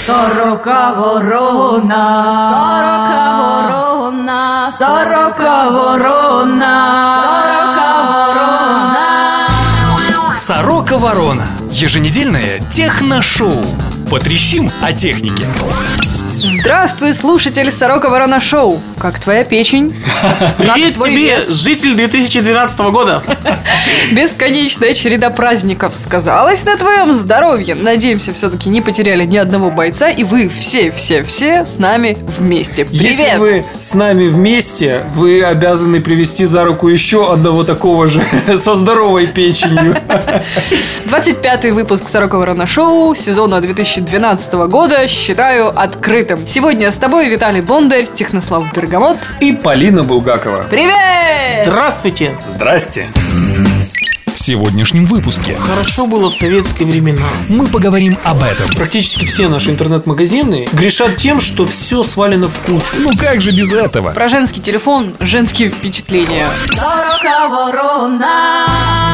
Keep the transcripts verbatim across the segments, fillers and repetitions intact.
Сорока ворона, сорока ворона, сорока ворона, сорока ворона. Сорока ворона. Еженедельное техношоу. Потрещим о технике. Здравствуй, слушатель Сорока Ворона Шоу. Как твоя печень? Привет тебе, вес? Житель две тысячи двенадцатого года. Бесконечная череда праздников сказалась на твоем здоровье. Надеемся, все-таки не потеряли ни одного бойца. И вы все-все-все с нами вместе. Привет! Если вы с нами вместе, вы обязаны привести за руку еще одного такого же со здоровой печенью. двадцать пятый выпуск Сорока Ворона Шоу сезона две тысячи двенадцатого года считаю открытым. Сегодня с тобой Виталий Бондарь, Технослав Бергамот и Полина Булгакова. Привет! Здравствуйте! Здрасте! В сегодняшнем выпуске хорошо было в советские времена. Мы поговорим об этом. Практически все наши интернет-магазины грешат тем, что все свалено в кучу. Ну как же без этого? Про женский телефон, женские впечатления. Сорока ворона.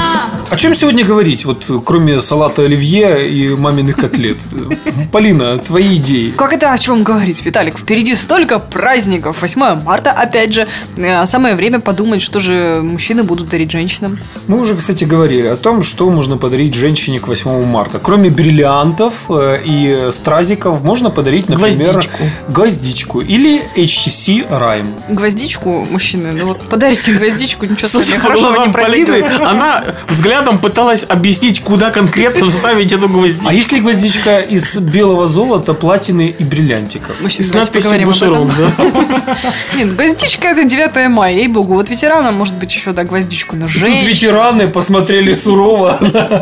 О чем сегодня говорить, вот кроме салата оливье и маминых котлет? Полина, твои идеи. Как это о чем говорить, Виталик? Впереди столько праздников. восьмое марта, опять же. Самое время подумать, что же мужчины будут дарить женщинам. Мы уже, кстати, говорили о том, что можно подарить женщине к восьмому марта. Кроме бриллиантов и стразиков, можно подарить, например, гвоздичку, гвоздичку или эйч ти си Rime. Гвоздичку, мужчины? Ну вот подарите гвоздичку, ничего себе, хорошего не произойдет. Она взглядом пыталась объяснить, куда конкретно вставить эту гвоздичку. А если гвоздичка из белого золота, платины и бриллиантиков? Мужчины, с надписью Бушерон, да? Нет, гвоздичка это девятое мая, ей-богу. Вот ветеранам, может быть, еще, да, гвоздичку на женщину. Тут ветераны посмотрели сурово.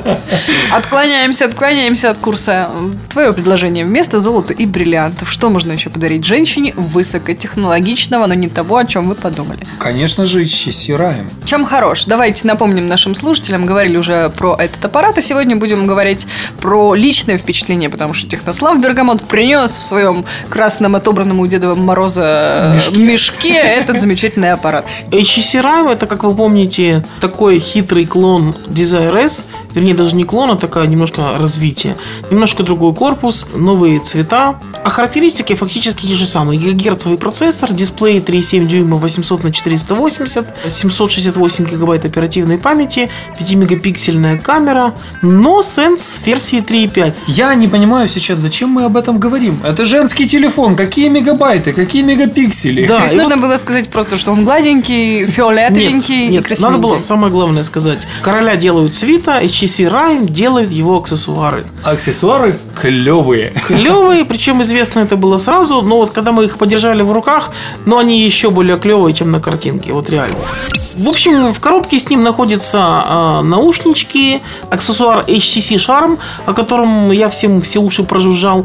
Отклоняемся, отклоняемся от курса. Твое предложение: вместо золота и бриллиантов что можно еще подарить женщине высокотехнологичного, но не того, о чем вы подумали? Конечно же, эйч ти си Rime. Чем хорош? Давайте напомним нашим слушателям. Говорили уже про этот аппарат, и сегодня будем говорить про личное впечатление, потому что Технослав Бергамот принес в своем красном отобранном у Деда Мороза мешке, мешке этот замечательный аппарат. эйч ти си Rime — это, как вы помните, такой хитрый клон Desire S. Вернее, даже не клон, а такая немножко развитие. Немножко другой корпус, новые цвета. А характеристики фактически те же самые. Гигагерцовый процессор, дисплей три и семь дюйма восемьсот на четыреста восемьдесят, семьсот шестьдесят восемь гигабайт оперативной памяти, пятимегапиксельная камера, но Sense версии три и пять. Я не понимаю сейчас, зачем мы об этом говорим. Это женский телефон, какие мегабайты, какие мегапиксели. Да, то есть нужно вот... было сказать просто, что он гладенький, фиолетовенький нет, и нет, красивенький. надо было самое главное сказать. Короля делают свита, эйч ти си Rime делает его аксессуары. Аксессуары клевые. Клевые, причем известно это было сразу, но вот когда мы их подержали в руках, но они еще более клевые, чем на картинке, вот реально. В общем, в коробке с ним находятся э, наушнички, аксессуар эйч ти си Charm, о котором я всем все уши прожужжал.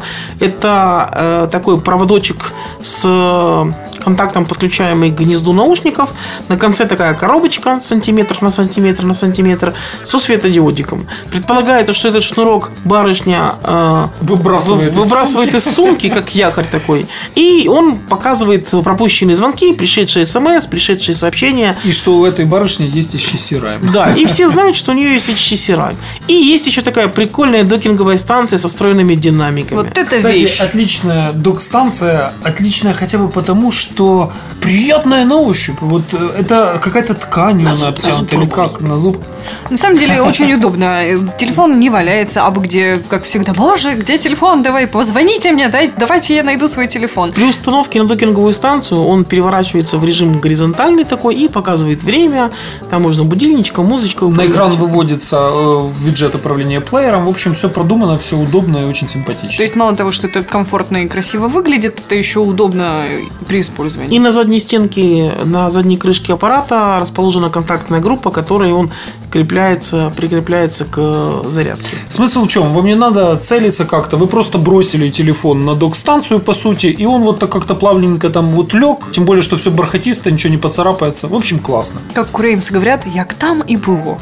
Это э, такой проводочек с э, контактом, подключаемый к гнезду наушников. На конце такая коробочка сантиметр на сантиметр на сантиметр со светодиодиком. Предполагается, что этот шнурок барышня э, выбрасывает, вы, выбрасывает из, из сумки, как якорь такой. И он показывает пропущенные звонки, пришедшие смс, пришедшие сообщения. И что у этой барышни есть эйч ти си Rime. Да, и все знают, что у нее есть эйч ти си Rime. И есть еще такая прикольная докинговая станция со встроенными динамиками. Вот это Кстати, вещь. отличная док-станция. Отличная хотя бы потому, что приятная на ощупь. Вот это какая-то ткань на она зуб, обтянута или как? На зуб. На самом деле очень удобно. Телефон не валяется, абы где, как всегда. Боже, где телефон? Давай, позвоните мне, дай, давайте я найду свой телефон. При установке на докинговую станцию он переворачивается в режим горизонтальный такой и показывает время. Там можно будильничком, музычкой управлять. На экран выводится э, виджет управления плеером. В общем, все продумано, все удобно и очень симпатично. То есть мало того, что это комфортно и красиво выглядит, это еще удобно при использовании. И на задней стенке, на задней крышке аппарата расположена контактная группа, которой он крепляется, прикрепляется к зарядке. Смысл в чем? Вам не надо целиться как-то. Вы просто бросили телефон на док-станцию, по сути, и он вот так как-то плавненько там вот лег. Тем более, что все бархатисто, ничего не поцарапается. В общем, классно. Как украинцы говорят, як там и было.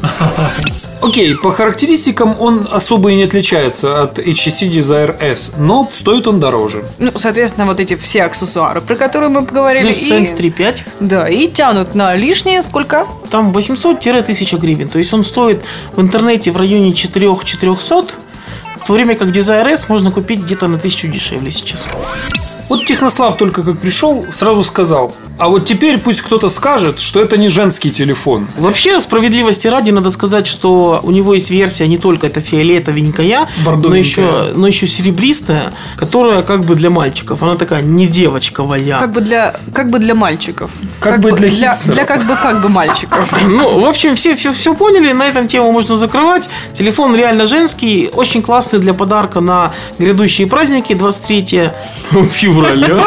Окей, по характеристикам он особо и не отличается от эйч ти си Desire S, но стоит он дороже. Ну, соответственно, вот эти все аксессуары, про которые мы поговорили. Плюс Sense три и пять. Да, и тянут на лишние сколько? Там восемьсот - тысяча гривен. То есть он стоит в интернете в районе четыре четыреста. В то время как Desire S можно купить где-то на тысячу дешевле сейчас. Вот Технослав только как пришел, сразу сказал: а вот теперь пусть кто-то скажет, что это не женский телефон. Вообще, справедливости ради, надо сказать, что у него есть версия не только это фиолетовенькая, но еще, но еще серебристая, которая как бы для мальчиков. Она такая не девочковая. Как бы для, как бы для мальчиков. Как, как бы для для, для как бы как бы мальчиков. Ну, в общем, все, все, все поняли, на этом тему можно закрывать. Телефон реально женский, очень классный для подарка на грядущие праздники двадцать третьего февраля.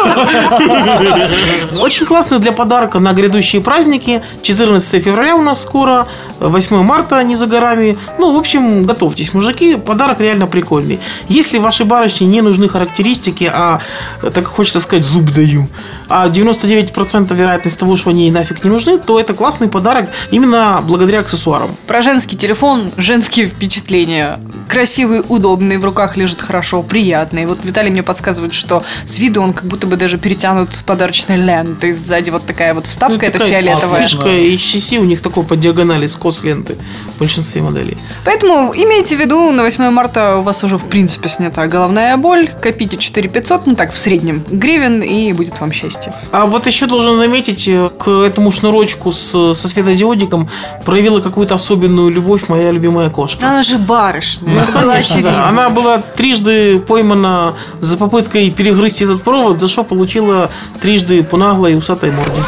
Очень классный для подарка на грядущие праздники. четырнадцатого февраля у нас скоро, восьмого марта не за горами. Ну, в общем, готовьтесь, мужики, подарок реально прикольный. Если вашей барышне не нужны характеристики, а, так хочется сказать, зуб даю, а девяносто девять процентов вероятность того, что они ей нафиг не нужны, то это классный подарок именно благодаря аксессуарам. Про женский телефон, женские впечатления. Красивый, удобный, в руках лежит хорошо, приятный. Вот Виталий мне подсказывает, что с виду он как будто бы даже перетянут с подарочной лентой. Сзади вот такая вот вставка, ну, это фиолетовая. Фишка эйч ти си у них такой по диагонали скос ленты в большинстве моделей. Поэтому имейте в виду, на восьмое марта у вас уже в принципе снята головная боль. Копите четыре тысячи пятьсот, ну так, в среднем, гривен, и будет вам счастье. А вот еще должен заметить, к этому шнурочку с, со светодиодиком проявила какую-то особенную любовь моя любимая кошка. Она же барышня, это было очевидно. Да. Она была трижды поймана за попыткой перегрызть этот провод, за что получила трижды по наглой усатой морде.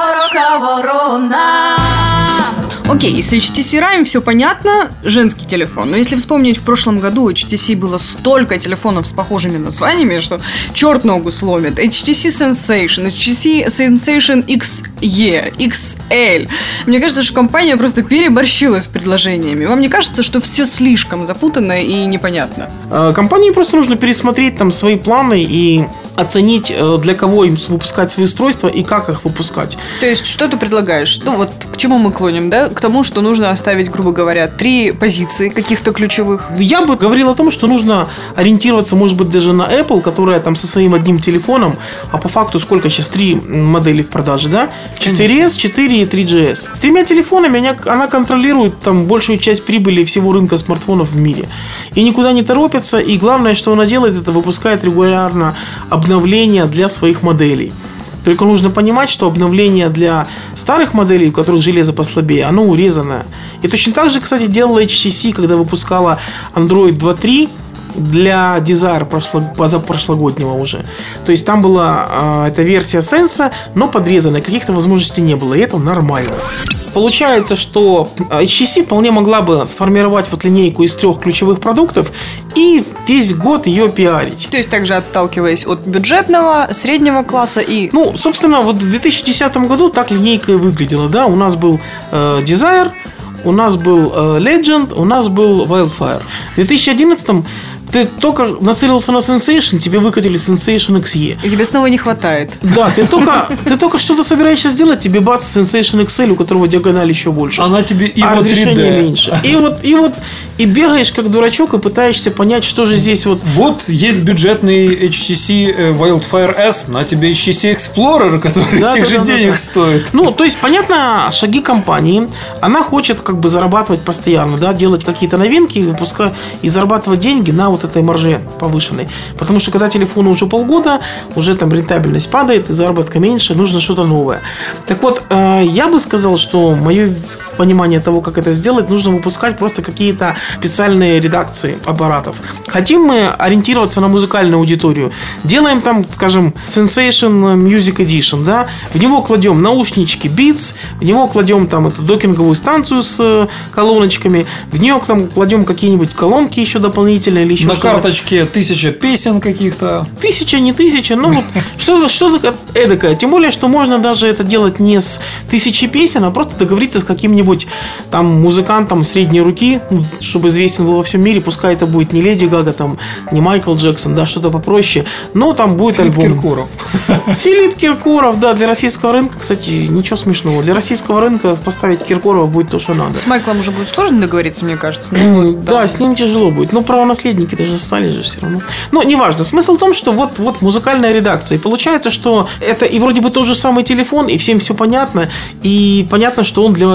Окей, okay, с эйч ти си Rime все понятно, женский телефон. Но если вспомнить, в прошлом году у эйч ти си было столько телефонов с похожими названиями, что черт ногу сломит. эйч ти си Sensation, эйч ти си Sensation икс и, икс эл. Мне кажется, что компания просто переборщила с предложениями. Вам не кажется, что все слишком запутанно и непонятно? Компании просто нужно пересмотреть там свои планы и оценить, для кого им выпускать свои устройства и как их выпускать. То есть, что ты предлагаешь? Ну, вот к чему мы клоним, да? К тому, что нужно оставить, грубо говоря, три позиции каких-то ключевых. Я бы говорил о том, что нужно ориентироваться, может быть, даже на Apple, которая там со своим одним телефоном, а по факту сколько сейчас? Три модели в продаже, да? четыре эс, четыре и три джи эс. С тремя телефонами она, она контролирует там большую часть прибыли всего рынка смартфонов в мире. И никуда не торопится, и главное, что она делает, это выпускает регулярно обновления для своих моделей. Только нужно понимать, что обновление для старых моделей, у которых железо послабее, оно урезанное. И точно так же, кстати, делала эйч ти си, когда выпускала Android два точка три для Desire позапрошлогоднего уже. То есть там была э, эта версия Sense, но подрезанная, каких-то возможностей не было, и это нормально. Получается, что эйч ти си вполне могла бы сформировать вот линейку из трех ключевых продуктов и весь год ее пиарить. То есть также отталкиваясь от бюджетного, среднего класса и... Ну, собственно, вот в две тысячи десятом году так линейка и выглядела, да, у нас был э, Desire, у нас был э, Legend, у нас был Wildfire. В две тысячи одиннадцатом ты только нацелился на Sensation, тебе выкатили Sensation икс и. И тебе снова не хватает. Да, ты только, ты только что-то собираешься сделать, тебе бац, Sensation икс эл, у которого диагональ еще больше. Она тебе и а вот разрешение три дэ. Меньше. И вот, и вот, и бегаешь как дурачок и пытаешься понять, что же здесь вот... Вот есть бюджетный эйч ти си Wildfire S, на тебе эйч ти си Explorer, который да, тех да, же да, денег да. стоит. Ну, то есть, понятно, шаги компании. Она хочет как бы зарабатывать постоянно, да, делать какие-то новинки и выпускать, и зарабатывать деньги на вот этой марже повышенной. Потому что когда телефону уже полгода, уже там рентабельность падает, и заработка меньше, нужно что-то новое. Так вот, я бы сказал, что мое понимание того, как это сделать, нужно выпускать просто какие-то специальные редакции аппаратов. Хотим мы ориентироваться на музыкальную аудиторию. Делаем там, скажем, Sensation Music Edition, да, в него кладем наушнички Beats, в него кладем там эту докинговую станцию с колоночками, в нее там кладем какие-нибудь колонки еще дополнительные или еще на что-то. карточке тысяча песен каких-то. Тысяча, не тысяча, ну вот что-то, что-то эдакое. Тем более, что можно даже это делать не с тысячи песен, а просто договориться с каким-нибудь там музыкантом средней руки, чтобы известен был во всем мире. Пускай это будет не Леди Гага, там, не Майкл Джексон, да, что-то попроще, но там будет Филипп альбом. Киркоров. Филипп Киркоров, да, для российского рынка, кстати, ничего смешного. Для российского рынка поставить Киркорова будет то, что надо. С Майклом уже будет сложно договориться, мне кажется. Ну, да, с ним тяжело будет. Но правонаследники даже стали же все равно. Ну, неважно. Смысл в том, что вот, вот музыкальная редакция. И получается, что это и вроде бы тот же самый телефон, и всем все понятно. И понятно, что он для тех, кто хочет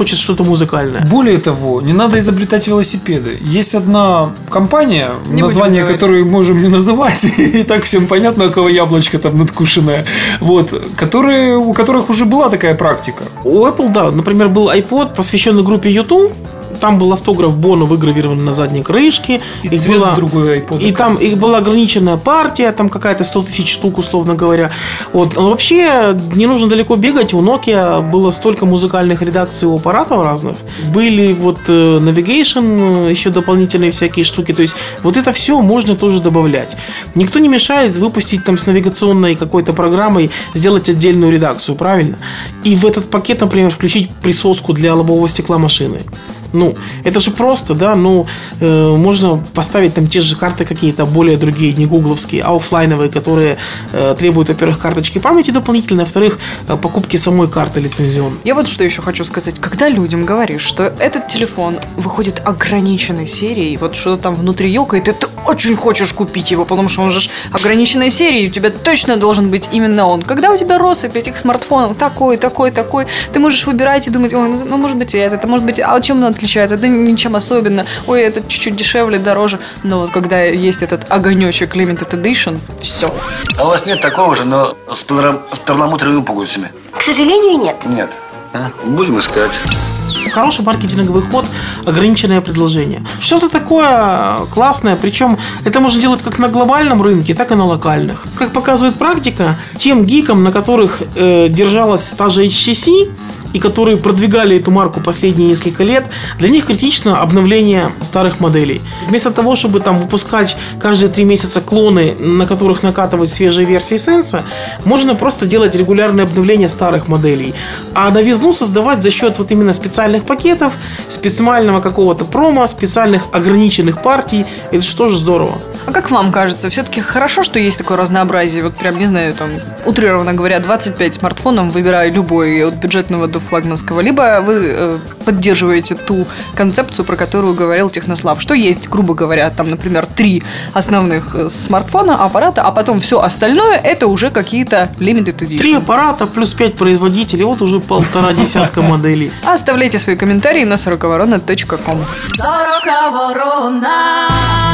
хочет что-то музыкальное. Более того, не надо изобретать велосипеды. Есть одна компания, Не название которой можем не называть, и так всем понятно, у кого яблочко там надкушенное, вот, которые, у которых уже была такая практика. У Apple, да, например, был iPod, посвященный группе ю ту. Там был автограф Боно выгравирован на задней крышке. И их цвет была, другой iPod. И там их была ограниченная партия, там какая-то сто тысяч штук, условно говоря. Вот. Но вообще не нужно далеко бегать. У Nokia было столько музыкальных редакций у аппаратов разных. Были вот э, Navigation, еще дополнительные всякие штуки. То есть вот это все можно тоже добавлять. Никто не мешает выпустить там с навигационной какой-то программой, сделать отдельную редакцию, правильно? И в этот пакет, например, включить присоску для лобового стекла машины. Ну, это же просто, да, ну, э, можно поставить там те же карты какие-то, более другие, не гугловские, а оффлайновые, которые э, требуют, во-первых, карточки памяти дополнительной, во-вторых, э, покупки самой карты лицензионной. Я вот что еще хочу сказать. Когда людям говоришь, что этот телефон выходит ограниченной серией, вот что-то там внутри ёкает, и ты очень хочешь купить его, потому что он же ограниченной серией, у тебя точно должен быть именно он. Когда у тебя россыпь этих смартфонов такой, такой, такой, ты можешь выбирать и думать, ой, ну, может быть, это, это может быть, а чем он отличается? Да ничем особенно. Ой, это чуть-чуть дешевле, дороже. Но вот когда есть этот огонечек Limited Edition, все. А у вас нет такого же, но с, перлам... с перламутровыми пуговицами? К сожалению, нет. Нет. А? Будем искать. Хороший маркетинговый ход, ограниченное предложение. Что-то такое классное, причем это можно делать как на глобальном рынке, так и на локальных. Как показывает практика, тем гикам, на которых э, держалась та же эйч ти си, и которые продвигали эту марку последние несколько лет, для них критично обновление старых моделей. Вместо того, чтобы там выпускать каждые три месяца клоны, на которых накатывать свежие версии Sense, можно просто делать регулярные обновления старых моделей. А новизну создавать за счет вот именно специальных пакетов, специального какого-то промо, специальных ограниченных партий. Это же тоже здорово. А как вам кажется, все-таки хорошо, что есть такое разнообразие? Вот прям, не знаю, там, утрированно говоря, двадцать пять смартфонов, выбирая любой, от бюджетного до флагманского, либо вы э, поддерживаете ту концепцию, про которую говорил Технослав, что есть, грубо говоря, там, например, три основных смартфона, аппарата, а потом все остальное это уже какие-то limited edition. Три аппарата плюс пять производителей, вот уже полтора десятка моделей. Оставляйте свои комментарии на сорока ворона точка ком. Сорока ворона.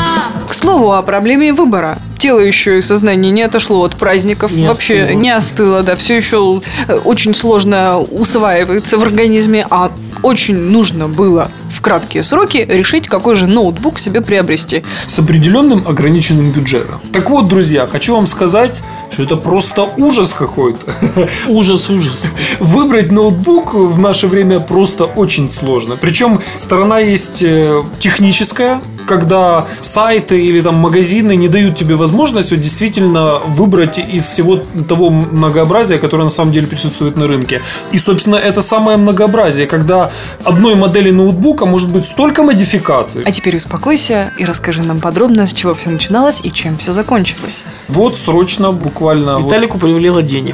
К слову о проблеме выбора. Тело еще и сознание не отошло от праздников, не вообще остыло. не остыло, да, все еще очень сложно усваивается в организме, а очень нужно было в краткие сроки решить, какой же ноутбук себе приобрести. С определенным ограниченным бюджетом. Так вот, друзья, хочу вам сказать, что это просто ужас какой-то. Ужас, ужас. Выбрать ноутбук в наше время просто очень сложно. Причем сторона есть техническая, когда сайты или там магазины не дают тебе возможность вот, действительно выбрать из всего того многообразия, которое на самом деле присутствует на рынке. И, собственно, это самое многообразие, когда одной модели ноутбука может быть столько модификаций. А теперь успокойся и расскажи нам подробно, с чего все начиналось и чем все закончилось. Вот срочно, буквально. Виталику вот... привело денег.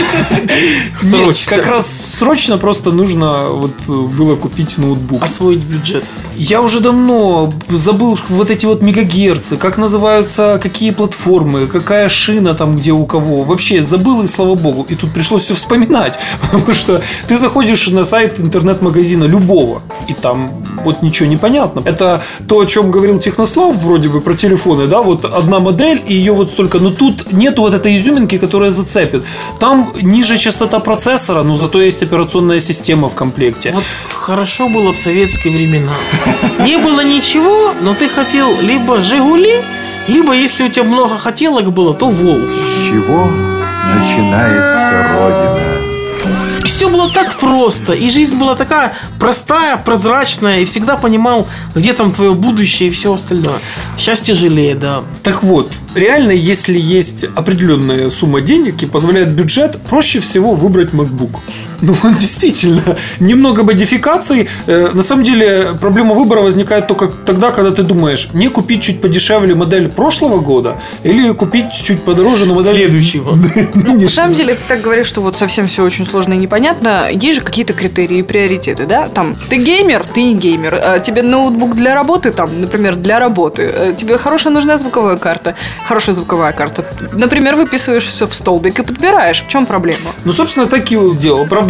Срочно. Как раз срочно просто нужно вот было купить ноутбук. Освоить бюджет. Я уже давно забыл вот эти вот мегагерцы, как называются, какие платформы, какая шина там где у кого. Вообще забыл, и слава богу. И тут пришлось все вспоминать. Потому что ты заходишь на сайт интернет-магазина любого, и там вот ничего не понятно. Это то, о чем говорил Технослав, вроде бы, про телефоны, да, вот одна модель, и ее вот столько, но тут нету вот этой изюминки, которая зацепит. Там ниже частота процессора, но зато есть операционная система в комплекте. Вот хорошо было в советские времена. Не было ничего, но ты хотел либо «Жигули», либо, если у тебя много хотелок было, то «Волк». С чего начинается Родина? Все было так просто, и жизнь была такая простая, прозрачная, и всегда понимал, где там твое будущее и все остальное. Сейчас тяжелее, да. Так вот, реально, если есть определенная сумма денег и позволяет бюджет, проще всего выбрать MacBook. Ну, действительно, немного модификаций. На самом деле, проблема выбора возникает только тогда, когда ты думаешь, не купить чуть подешевле модель прошлого года или купить чуть подороже, но модель следующего. На самом деле, ты так говоришь, что вот совсем все очень сложно и непонятно. Есть же какие-то критерии и приоритеты, да? Там, ты геймер, ты не геймер. Тебе ноутбук для работы, там, например, для работы. Тебе хорошая нужна звуковая карта. Хорошая звуковая карта. Например, выписываешь все в столбик и подбираешь. В чем проблема? Ну, собственно, так и сделал. Правда,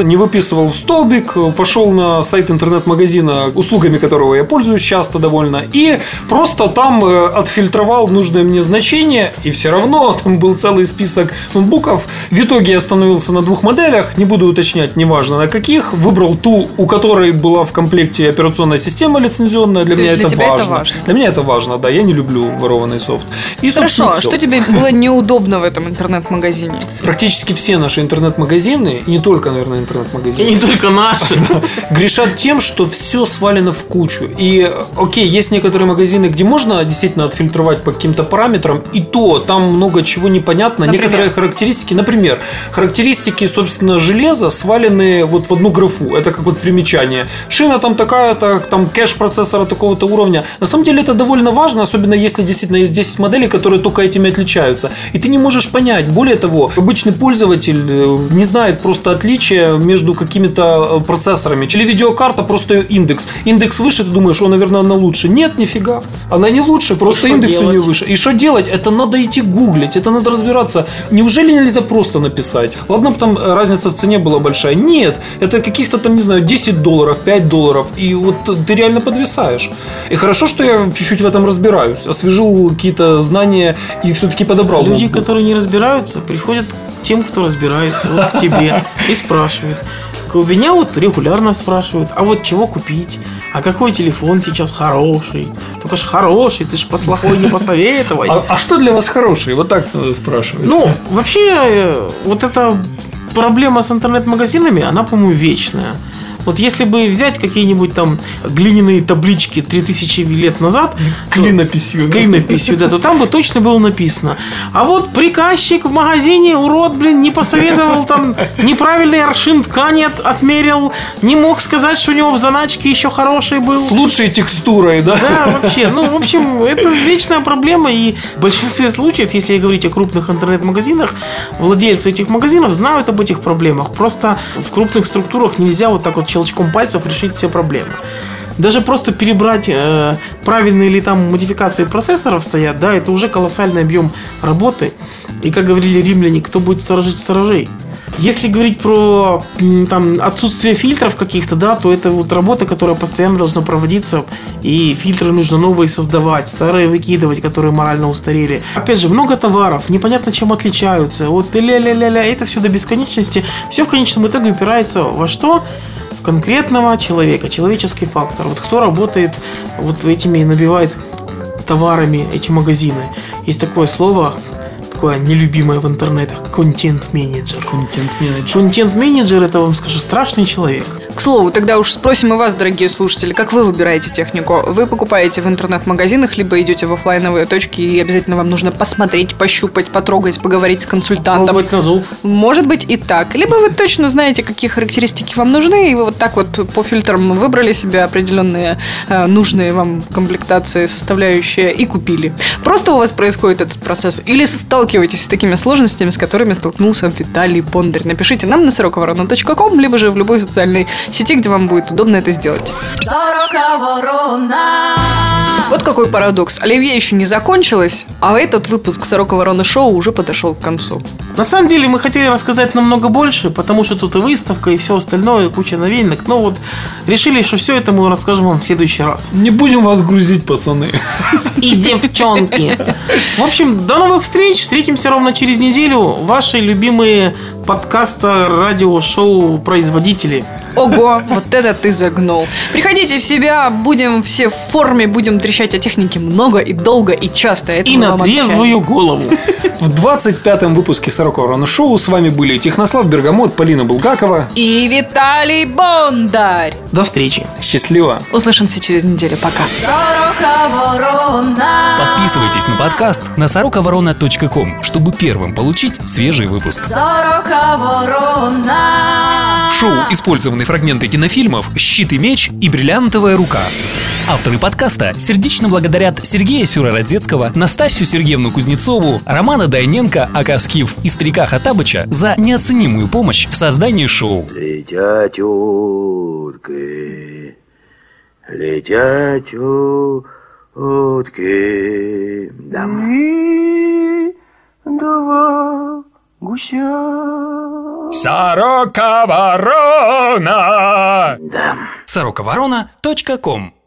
не выписывал в столбик, пошел на сайт интернет-магазина, услугами которого я пользуюсь часто довольно, и просто там отфильтровал нужное мне значение, и все равно там был целый список ноутбуков. В итоге я остановился на двух моделях, не буду уточнять, неважно на каких, выбрал ту, у которой была в комплекте операционная система лицензионная, для То меня есть это для тебя важно. это важно. Для меня это важно, да, я не люблю ворованный софт. И, Хорошо, а всё. что тебе было неудобно в этом интернет-магазине? Практически все наши интернет-магазины, и не только, наверное, И интернет-магазины, не только наши. грешат тем, что все свалено в кучу. И, окей, есть некоторые магазины, где можно действительно отфильтровать по каким-то параметрам, и то там много чего непонятно. Например? Некоторые характеристики, например, характеристики, собственно, железа свалены вот в одну графу. Это как вот примечание. Шина там такая-то, там кэш процессора такого-то уровня. На самом деле это довольно важно, особенно если действительно есть десять моделей, которые только этими отличаются. И ты не можешь понять. Более того, обычный пользователь не знает просто отличия между какими-то процессорами. Или видеокарта, просто индекс. Индекс выше, ты думаешь, о, наверное, она лучше. Нет, нифига. Она не лучше, просто что индекс у нее делать? выше. И что делать? Это надо идти гуглить, это надо разбираться. Неужели нельзя просто написать? Ладно, бы там разница в цене была большая. Нет, это каких-то там, не знаю, десять долларов, пять долларов. И вот ты реально подвисаешь. И хорошо, что я чуть-чуть в этом разбираюсь. Освежил какие-то знания и все-таки подобрал. Люди, ноутбук. которые не разбираются, приходят к тем, кто разбирается, вот к тебе, и спрашивают. У меня вот регулярно спрашивают, а вот чего купить? А какой телефон сейчас хороший? Только ж хороший, ты ж плохой не посоветовай. А, а что для вас хороший? Вот так надо спрашивать. Ну, вообще, э, вот эта проблема с интернет-магазинами, она, по-моему, вечная. Вот если бы взять какие-нибудь там глиняные таблички три тысячи лет назад, клинописью. клинописью, да, то там бы точно было написано. А вот приказчик в магазине, урод, блин, не посоветовал там, неправильный аршин ткани от- отмерил, не мог сказать, что у него в заначке еще хороший был. С лучшей текстурой, да? Да, вообще. Ну, в общем, это вечная проблема. И в большинстве случаев, если говорить о крупных интернет-магазинах, владельцы этих магазинов знают об этих проблемах. Просто в крупных структурах нельзя вот так вот щелчком пальцев решить все проблемы. Даже просто перебрать, э, правильные ли там модификации процессоров стоят, да, это уже колоссальный объем работы. И, как говорили римляне, кто будет сторожить сторожей. Если говорить про м, там, отсутствие фильтров каких-то, да, то это вот работа, которая постоянно должна проводиться, и фильтры нужно новые создавать, старые выкидывать, которые морально устарели. Опять же, много товаров, непонятно чем отличаются, вот ля-ля-ля-ля, это все до бесконечности, все в конечном итоге упирается во что? В конкретного человека, человеческий фактор. Вот кто работает вот этими, набивает товарами эти магазины. Есть такое слово, такое нелюбимое в интернетах, контент-менеджер. Контент-менеджер. Контент-менеджер, это, вам скажу, страшный человек. К слову, тогда уж спросим и вас, дорогие слушатели, как вы выбираете технику? Вы покупаете в интернет-магазинах, либо идете в офлайновые точки, и обязательно вам нужно посмотреть, пощупать, потрогать, поговорить с консультантом. Пробовать на зуб. Может быть и так. Либо вы точно знаете, какие характеристики вам нужны, и вы вот так вот по фильтрам выбрали себе определенные э, нужные вам комплектации, составляющие, и купили. Просто у вас происходит этот процесс? Или сталкиваетесь с такими сложностями, с которыми столкнулся Виталий Бондарь? Напишите нам на сорока ворона точка ком, либо же в любой социальной сети, где вам будет удобно это сделать. Сорока ворона. Вот какой парадокс. Оливье еще не закончилось, а этот выпуск «Сорока ворона шоу» уже подошел к концу. На самом деле мы хотели рассказать намного больше, потому что тут и выставка, и все остальное, и куча новинок. Но вот решили, что все это мы расскажем вам в следующий раз. Не будем вас грузить, пацаны. И девчонки. В общем, до новых встреч. Встретимся ровно через неделю. Ваши любимые подкаста, радиошоу производители. Ого, вот это ты загнул. Приходите в себя, будем все в форме, будем трещать о технике много и долго и часто. Это И мы на вам трезвую обещаем. голову. В двадцать пятом выпуске «Сорока ворона шоу» с вами были Технослав Бергамот, Полина Булгакова. И Виталий Бондарь. До встречи. Счастливо! Услышимся через неделю. Пока. Сорока ворона. Подписывайтесь на подкаст на сорока ворона точка ком, чтобы первым получить свежий выпуск. Сорока ворона. В шоу использованы фрагменты кинофильмов «Щит и меч» и «Бриллиантовая рука». Авторы подкаста сердечно благодарят Сергея Сюрородецкого, Настасью Сергеевну Кузнецову, Романа Дайненко, ака Скиф и старика Хатабыча за неоценимую помощь в создании шоу. Летят утки, летят утки. Да. Два гуся Сорока ворона. Да. сорока ворона точка ком